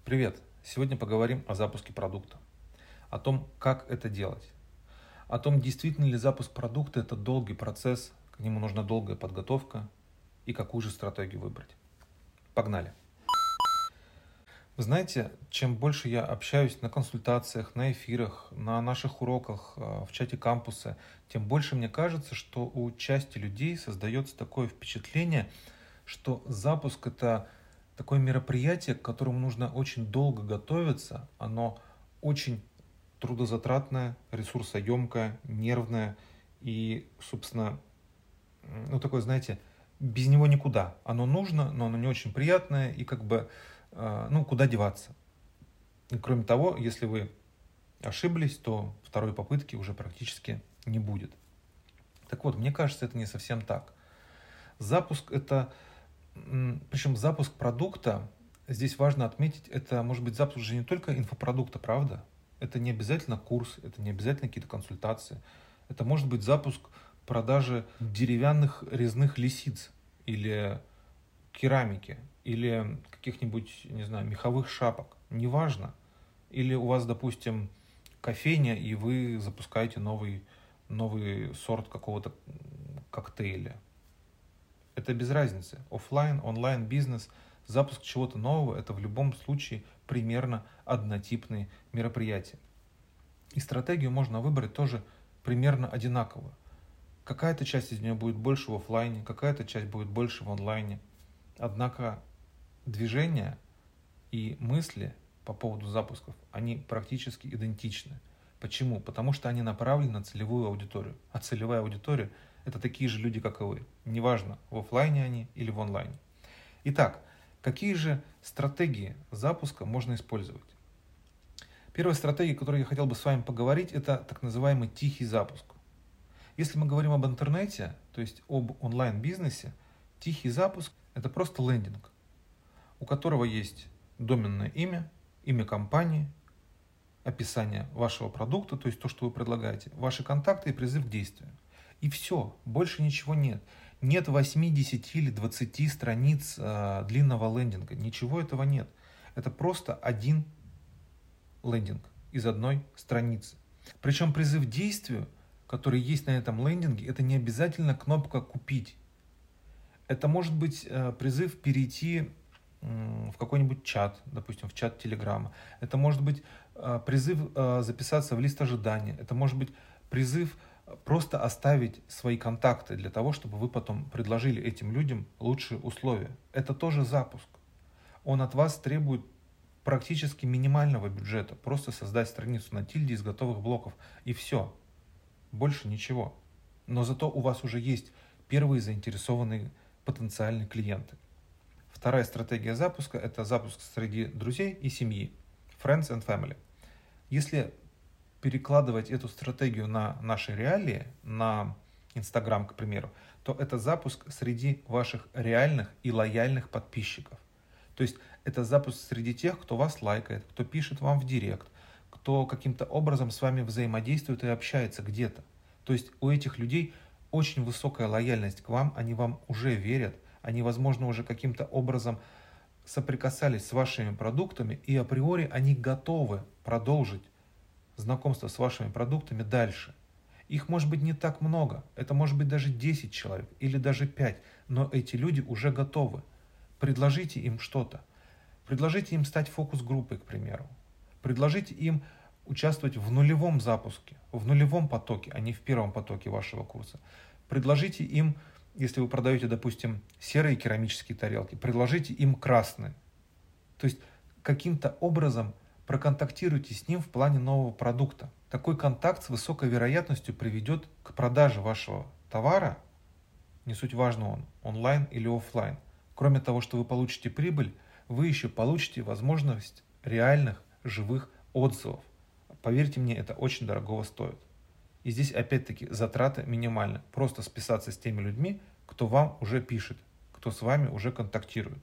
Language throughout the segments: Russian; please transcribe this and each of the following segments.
Привет! Сегодня поговорим о запуске продукта, о том, как это делать, о том, действительно ли запуск продукта – это долгий процесс, к нему нужна долгая подготовка и какую же стратегию выбрать. Погнали! Вы знаете, чем больше я общаюсь на консультациях, на эфирах, на наших уроках, в чате кампуса, тем больше мне кажется, что у части людей создается такое впечатление, что запуск – это такое мероприятие, к которому нужно очень долго готовиться, оно очень трудозатратное, ресурсоемкое, нервное и, собственно, такое, знаете, без него никуда. Оно нужно, но оно не очень приятное и куда деваться. И кроме того, если вы ошиблись, то второй попытки уже практически не будет. Так вот, мне кажется, это не совсем так. Причем запуск продукта, здесь важно отметить, это может быть запуск же не только инфопродукта, правда? Это не обязательно курс, это не обязательно какие-то консультации. Это может быть запуск продажи деревянных резных лисиц или керамики, или каких-нибудь, не знаю, меховых шапок, неважно. Или у вас, допустим, кофейня, и вы запускаете новый сорт какого-то коктейля. Это без разницы. Оффлайн, онлайн бизнес, запуск чего-то нового – это в любом случае примерно однотипные мероприятия. И стратегию можно выбрать тоже примерно одинаковую. Какая-то часть из нее будет больше в офлайне, какая-то часть будет больше в онлайне. Однако движения и мысли по поводу запусков, они практически идентичны. Почему? Потому что они направлены на целевую аудиторию. А целевая аудитория – это такие же люди, как и вы. Неважно, в офлайне они или в онлайне. Итак, какие же стратегии запуска можно использовать? Первая стратегия, о которой я хотел бы с вами поговорить, это так называемый тихий запуск. Если мы говорим об интернете, то есть об онлайн-бизнесе, тихий запуск – это просто лендинг, у которого есть доменное имя, имя компании, описание вашего продукта, то есть то, что вы предлагаете, ваши контакты и призыв к действию. И все, больше ничего нет. Нет 8, 10 или 20 страниц длинного лендинга, ничего этого нет. Это просто один лендинг из одной страницы. Причем призыв к действию, который есть на этом лендинге, это не обязательно кнопка «Купить». Это может быть призыв перейти в какой-нибудь чат, допустим, в чат Телеграма. Это может быть призыв записаться в лист ожидания. Это может быть призыв просто оставить свои контакты для того, чтобы вы потом предложили этим людям лучшие условия. Это тоже запуск. Он от вас требует практически минимального бюджета. Просто создать страницу на тильде из готовых блоков. И все. Больше ничего. Но зато у вас уже есть первые заинтересованные потенциальные клиенты. Вторая стратегия запуска – это запуск среди друзей и семьи. Friends and family. Если перекладывать эту стратегию на наши реалии, на Инстаграм, к примеру, то это запуск среди ваших реальных и лояльных подписчиков. То есть это запуск среди тех, кто вас лайкает, кто пишет вам в директ, кто каким-то образом с вами взаимодействует и общается где-то. То есть у этих людей очень высокая лояльность к вам, они вам уже верят, они, возможно, уже каким-то образом соприкасались с вашими продуктами, и априори они готовы продолжить знакомство с вашими продуктами дальше. Их может быть не так много, это может быть даже 10 человек или даже 5, но эти люди уже готовы. Предложите им что-то. Предложите им стать фокус-группой, к примеру. Предложите им участвовать в нулевом запуске, в нулевом потоке, а не в первом потоке вашего курса. Предложите им, если вы продаете, допустим, серые керамические тарелки, предложите им красные. То есть каким-то образом проконтактируйте с ним в плане нового продукта. Такой контакт с высокой вероятностью приведет к продаже вашего товара, не суть важно он, онлайн или офлайн. Кроме того, что вы получите прибыль, вы еще получите возможность реальных живых отзывов. Поверьте мне, это очень дорого стоит. И здесь опять-таки затраты минимальны. Просто списаться с теми людьми, кто вам уже пишет, кто с вами уже контактирует.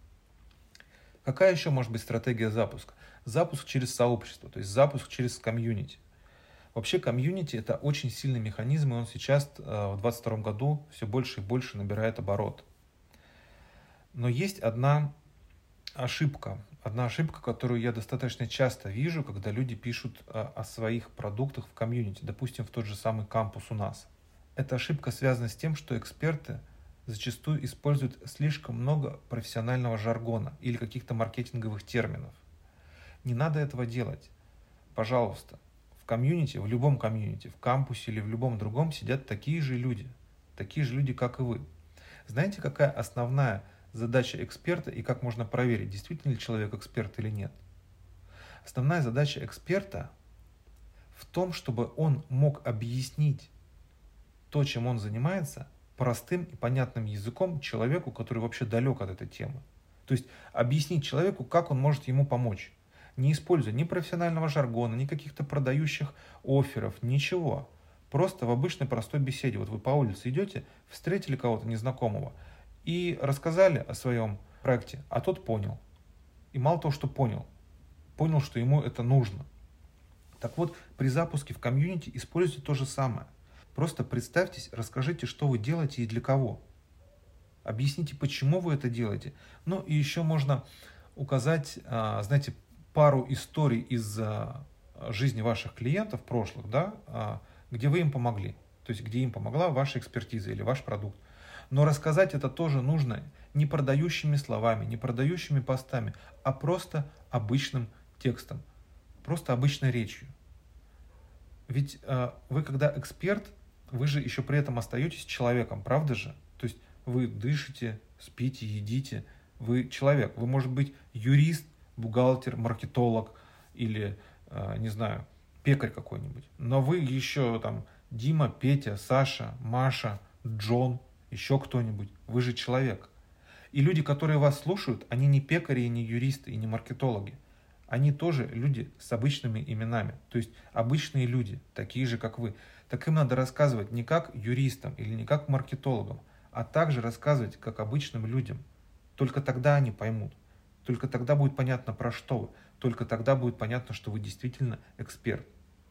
Какая еще может быть стратегия запуска? Запуск через сообщество, то есть запуск через комьюнити. Вообще комьюнити – это очень сильный механизм, и он сейчас в 2022 году все больше и больше набирает оборот. Но есть одна ошибка одна ошибка, которую я достаточно часто вижу, когда люди пишут о своих продуктах в комьюнити, допустим, в тот же самый кампус у нас. Эта ошибка связана с тем, что эксперты зачастую используют слишком много профессионального жаргона или каких-то маркетинговых терминов. Не надо этого делать. Пожалуйста, в комьюнити, в любом комьюнити, в кампусе или в любом другом сидят такие же люди, как и вы. Знаете, какая основная задача эксперта и как можно проверить, действительно ли человек эксперт или нет? Основная задача эксперта в том, чтобы он мог объяснить то, чем он занимается, простым и понятным языком человеку, который вообще далек от этой темы. То есть объяснить человеку, как он может ему помочь. Не используя ни профессионального жаргона, ни каких-то продающих офферов, ничего. Просто в обычной простой беседе. Вот вы по улице идете, встретили кого-то незнакомого и рассказали о своем проекте, а тот понял. И мало того, что понял, что ему это нужно. Так вот, при запуске в комьюнити используйте то же самое. Просто представьтесь, расскажите, что вы делаете и для кого. Объясните, почему вы это делаете. Ну и еще можно указать, знаете, пару историй из жизни ваших клиентов прошлых, да, где вы им помогли. То есть, где им помогла ваша экспертиза или ваш продукт. Но рассказать это тоже нужно не продающими словами, не продающими постами, а просто обычным текстом, просто обычной речью. Ведь вы, когда эксперт, вы же еще при этом остаетесь человеком, правда же? То есть вы дышите, спите, едите, вы человек. Вы, может быть, юрист, бухгалтер, маркетолог или, не знаю, пекарь какой-нибудь. Но вы еще там Дима, Петя, Саша, Маша, Джон, еще кто-нибудь. Вы же человек. И люди, которые вас слушают, они не пекари, и не юристы, и не маркетологи. Они тоже люди с обычными именами. То есть обычные люди, такие же, как вы. Так им надо рассказывать не как юристам или не как маркетологам, а также рассказывать как обычным людям. Только тогда они поймут. Только тогда будет понятно, про что вы. Только тогда будет понятно, что вы действительно эксперт.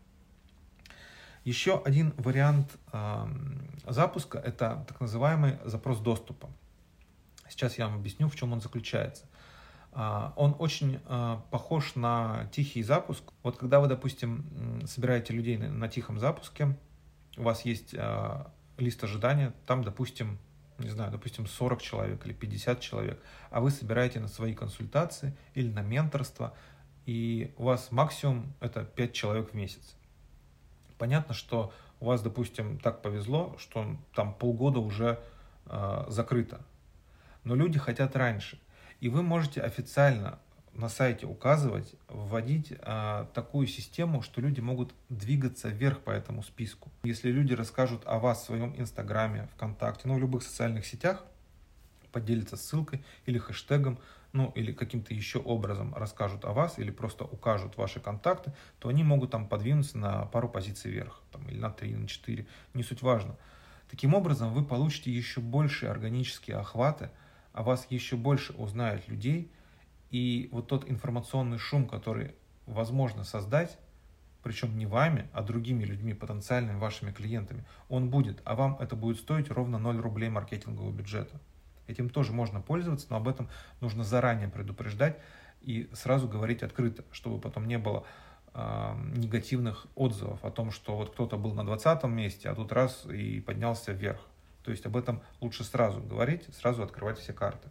Еще один вариант запуска – это так называемый запрос доступа. Сейчас я вам объясню, в чем он заключается. Он очень похож на тихий запуск. Вот когда вы, допустим, собираете людей на тихом запуске, у вас есть лист ожидания, там, допустим, 40 человек или 50 человек, а вы собираете на свои консультации или на менторство, и у вас максимум это 5 человек в месяц. Понятно, что у вас, допустим, так повезло, что там полгода уже закрыто. Но люди хотят раньше. И вы можете официально на сайте указывать, вводить такую систему, что люди могут двигаться вверх по этому списку. Если люди расскажут о вас в своем Инстаграме, ВКонтакте, в любых социальных сетях, поделятся ссылкой или хэштегом, или каким-то еще образом расскажут о вас или просто укажут ваши контакты, то они могут там подвинуться на пару позиций вверх, или на 3, на 4, не суть важно. Таким образом, вы получите еще большие органические охваты, о вас еще больше узнают людей, и вот тот информационный шум, который возможно создать, причем не вами, а другими людьми, потенциальными вашими клиентами, он будет, а вам это будет стоить ровно 0 рублей маркетингового бюджета. Этим тоже можно пользоваться, но об этом нужно заранее предупреждать и сразу говорить открыто, чтобы потом не было негативных отзывов о том, что вот кто-то был на 20-м месте, а тут раз и поднялся вверх. То есть об этом лучше сразу говорить, сразу открывать все карты.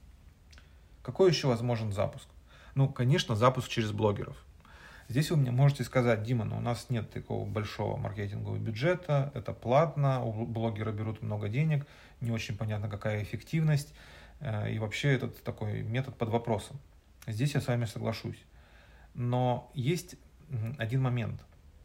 Какой еще возможен запуск? Конечно, запуск через блогеров. Здесь вы мне можете сказать: Дима, у нас нет такого большого маркетингового бюджета, это платно, у блогера берут много денег, не очень понятно, какая эффективность, и вообще этот такой метод под вопросом. Здесь я с вами соглашусь. Но есть один момент.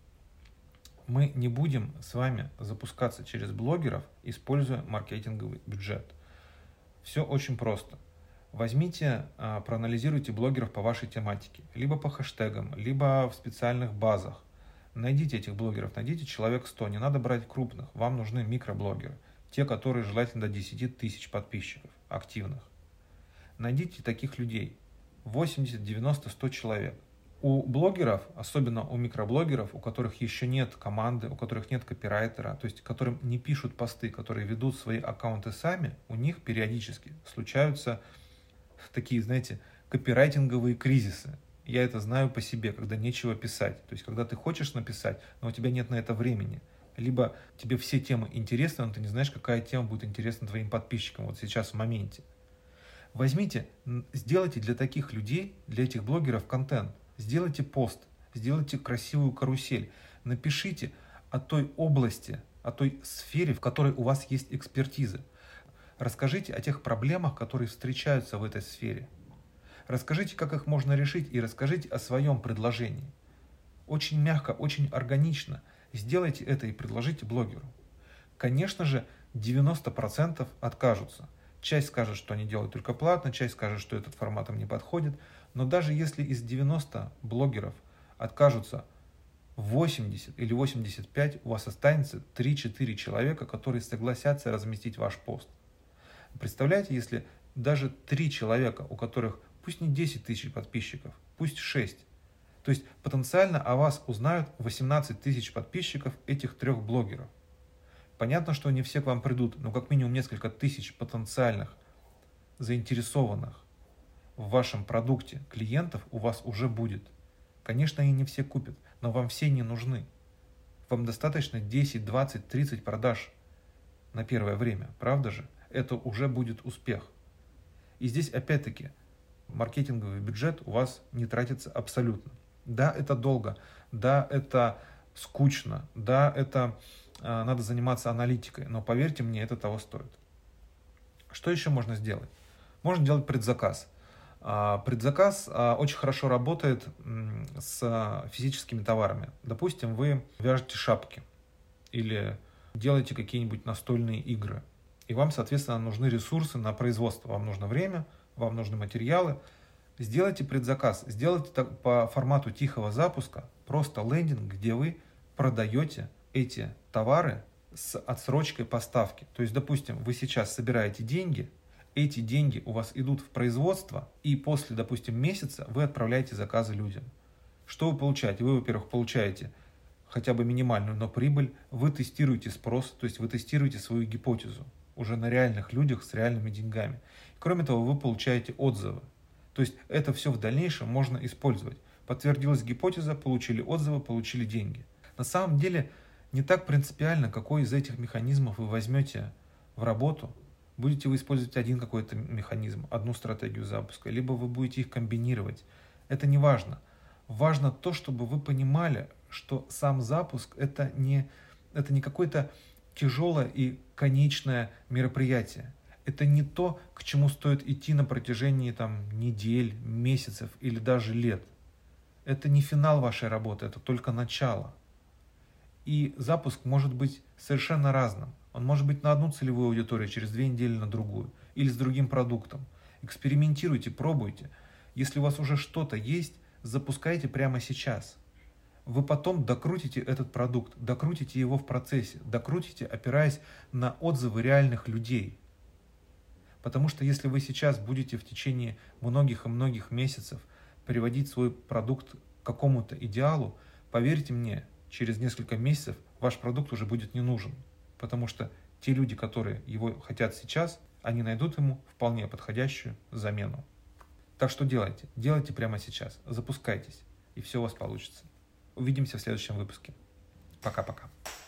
Мы не будем с вами запускаться через блогеров, используя маркетинговый бюджет. Все очень просто. Возьмите, проанализируйте блогеров по вашей тематике, либо по хэштегам, либо в специальных базах. Найдите этих блогеров, найдите человек 100, не надо брать крупных, вам нужны микроблогеры, те, которые желательно до 10 тысяч подписчиков, активных. Найдите таких людей, 80, 90, 100 человек. У блогеров, особенно у микроблогеров, у которых еще нет команды, у которых нет копирайтера, то есть которым не пишут посты, которые ведут свои аккаунты сами, у них периодически случаются такие, копирайтинговые кризисы. Я это знаю по себе, когда нечего писать. То есть, когда ты хочешь написать, но у тебя нет на это времени. Либо тебе все темы интересны, но ты не знаешь, какая тема будет интересна твоим подписчикам вот сейчас в моменте. Возьмите, сделайте для таких людей, для этих блогеров контент. Сделайте пост, сделайте красивую карусель. Напишите о той области, о той сфере, в которой у вас есть экспертиза. Расскажите о тех проблемах, которые встречаются в этой сфере. Расскажите, как их можно решить, и расскажите о своем предложении. Очень мягко, очень органично сделайте это и предложите блогеру. Конечно же, 90% откажутся. Часть скажет, что они делают только платно, часть скажет, что этот формат им не подходит. Но даже если из 90 блогеров откажутся 80 или 85, у вас останется 3-4 человека, которые согласятся разместить ваш пост. Представляете, если даже 3 человека, у которых пусть не 10 тысяч подписчиков, пусть 6, то есть потенциально о вас узнают 18 тысяч подписчиков этих 3 блогеров. Понятно, что не все к вам придут, но как минимум несколько тысяч потенциальных, заинтересованных в вашем продукте клиентов у вас уже будет. Конечно, они не все купят, но вам все не нужны. Вам достаточно 10, 20, 30 продаж на первое время, правда же? Это уже будет успех. И здесь опять-таки маркетинговый бюджет у вас не тратится абсолютно. Да, это долго, да, это скучно, да, это надо заниматься аналитикой, но поверьте мне, это того стоит. Что еще можно сделать? Можно делать предзаказ. Предзаказ очень хорошо работает с физическими товарами. Допустим, вы вяжете шапки или делаете какие-нибудь настольные игры, и вам, соответственно, нужны ресурсы на производство. Вам нужно время, вам нужны материалы. Сделайте предзаказ, сделайте так по формату тихого запуска, просто лендинг, где вы продаете эти товары с отсрочкой поставки. То есть, допустим, вы сейчас собираете деньги, эти деньги у вас идут в производство, и после, допустим, месяца вы отправляете заказы людям. Что вы получаете? Вы, во-первых, получаете хотя бы минимальную, но прибыль, вы тестируете спрос, то есть вы тестируете свою гипотезу уже на реальных людях с реальными деньгами. Кроме того, вы получаете отзывы. То есть это все в дальнейшем можно использовать. Подтвердилась гипотеза, получили отзывы, получили деньги. На самом деле не так принципиально, какой из этих механизмов вы возьмете в работу. Будете вы использовать один какой-то механизм, одну стратегию запуска, либо вы будете их комбинировать. Это не важно. Важно то, чтобы вы понимали, что сам запуск это не какое-то тяжелое и конечное мероприятие. Это не то, к чему стоит идти на протяжении недель, месяцев или даже лет. Это не финал вашей работы, это только начало. И запуск может быть совершенно разным. Он может быть на одну целевую аудиторию, через 2 недели на другую. Или с другим продуктом. Экспериментируйте, пробуйте. Если у вас уже что-то есть, запускайте прямо сейчас. Вы потом докрутите этот продукт, докрутите его в процессе, докрутите, опираясь на отзывы реальных людей. Потому что если вы сейчас будете в течение многих и многих месяцев приводить свой продукт к какому-то идеалу, поверьте мне, через несколько месяцев ваш продукт уже будет не нужен. Потому что те люди, которые его хотят сейчас, они найдут ему вполне подходящую замену. Так что делайте. Делайте прямо сейчас. Запускайтесь, и все у вас получится. Увидимся в следующем выпуске. Пока-пока.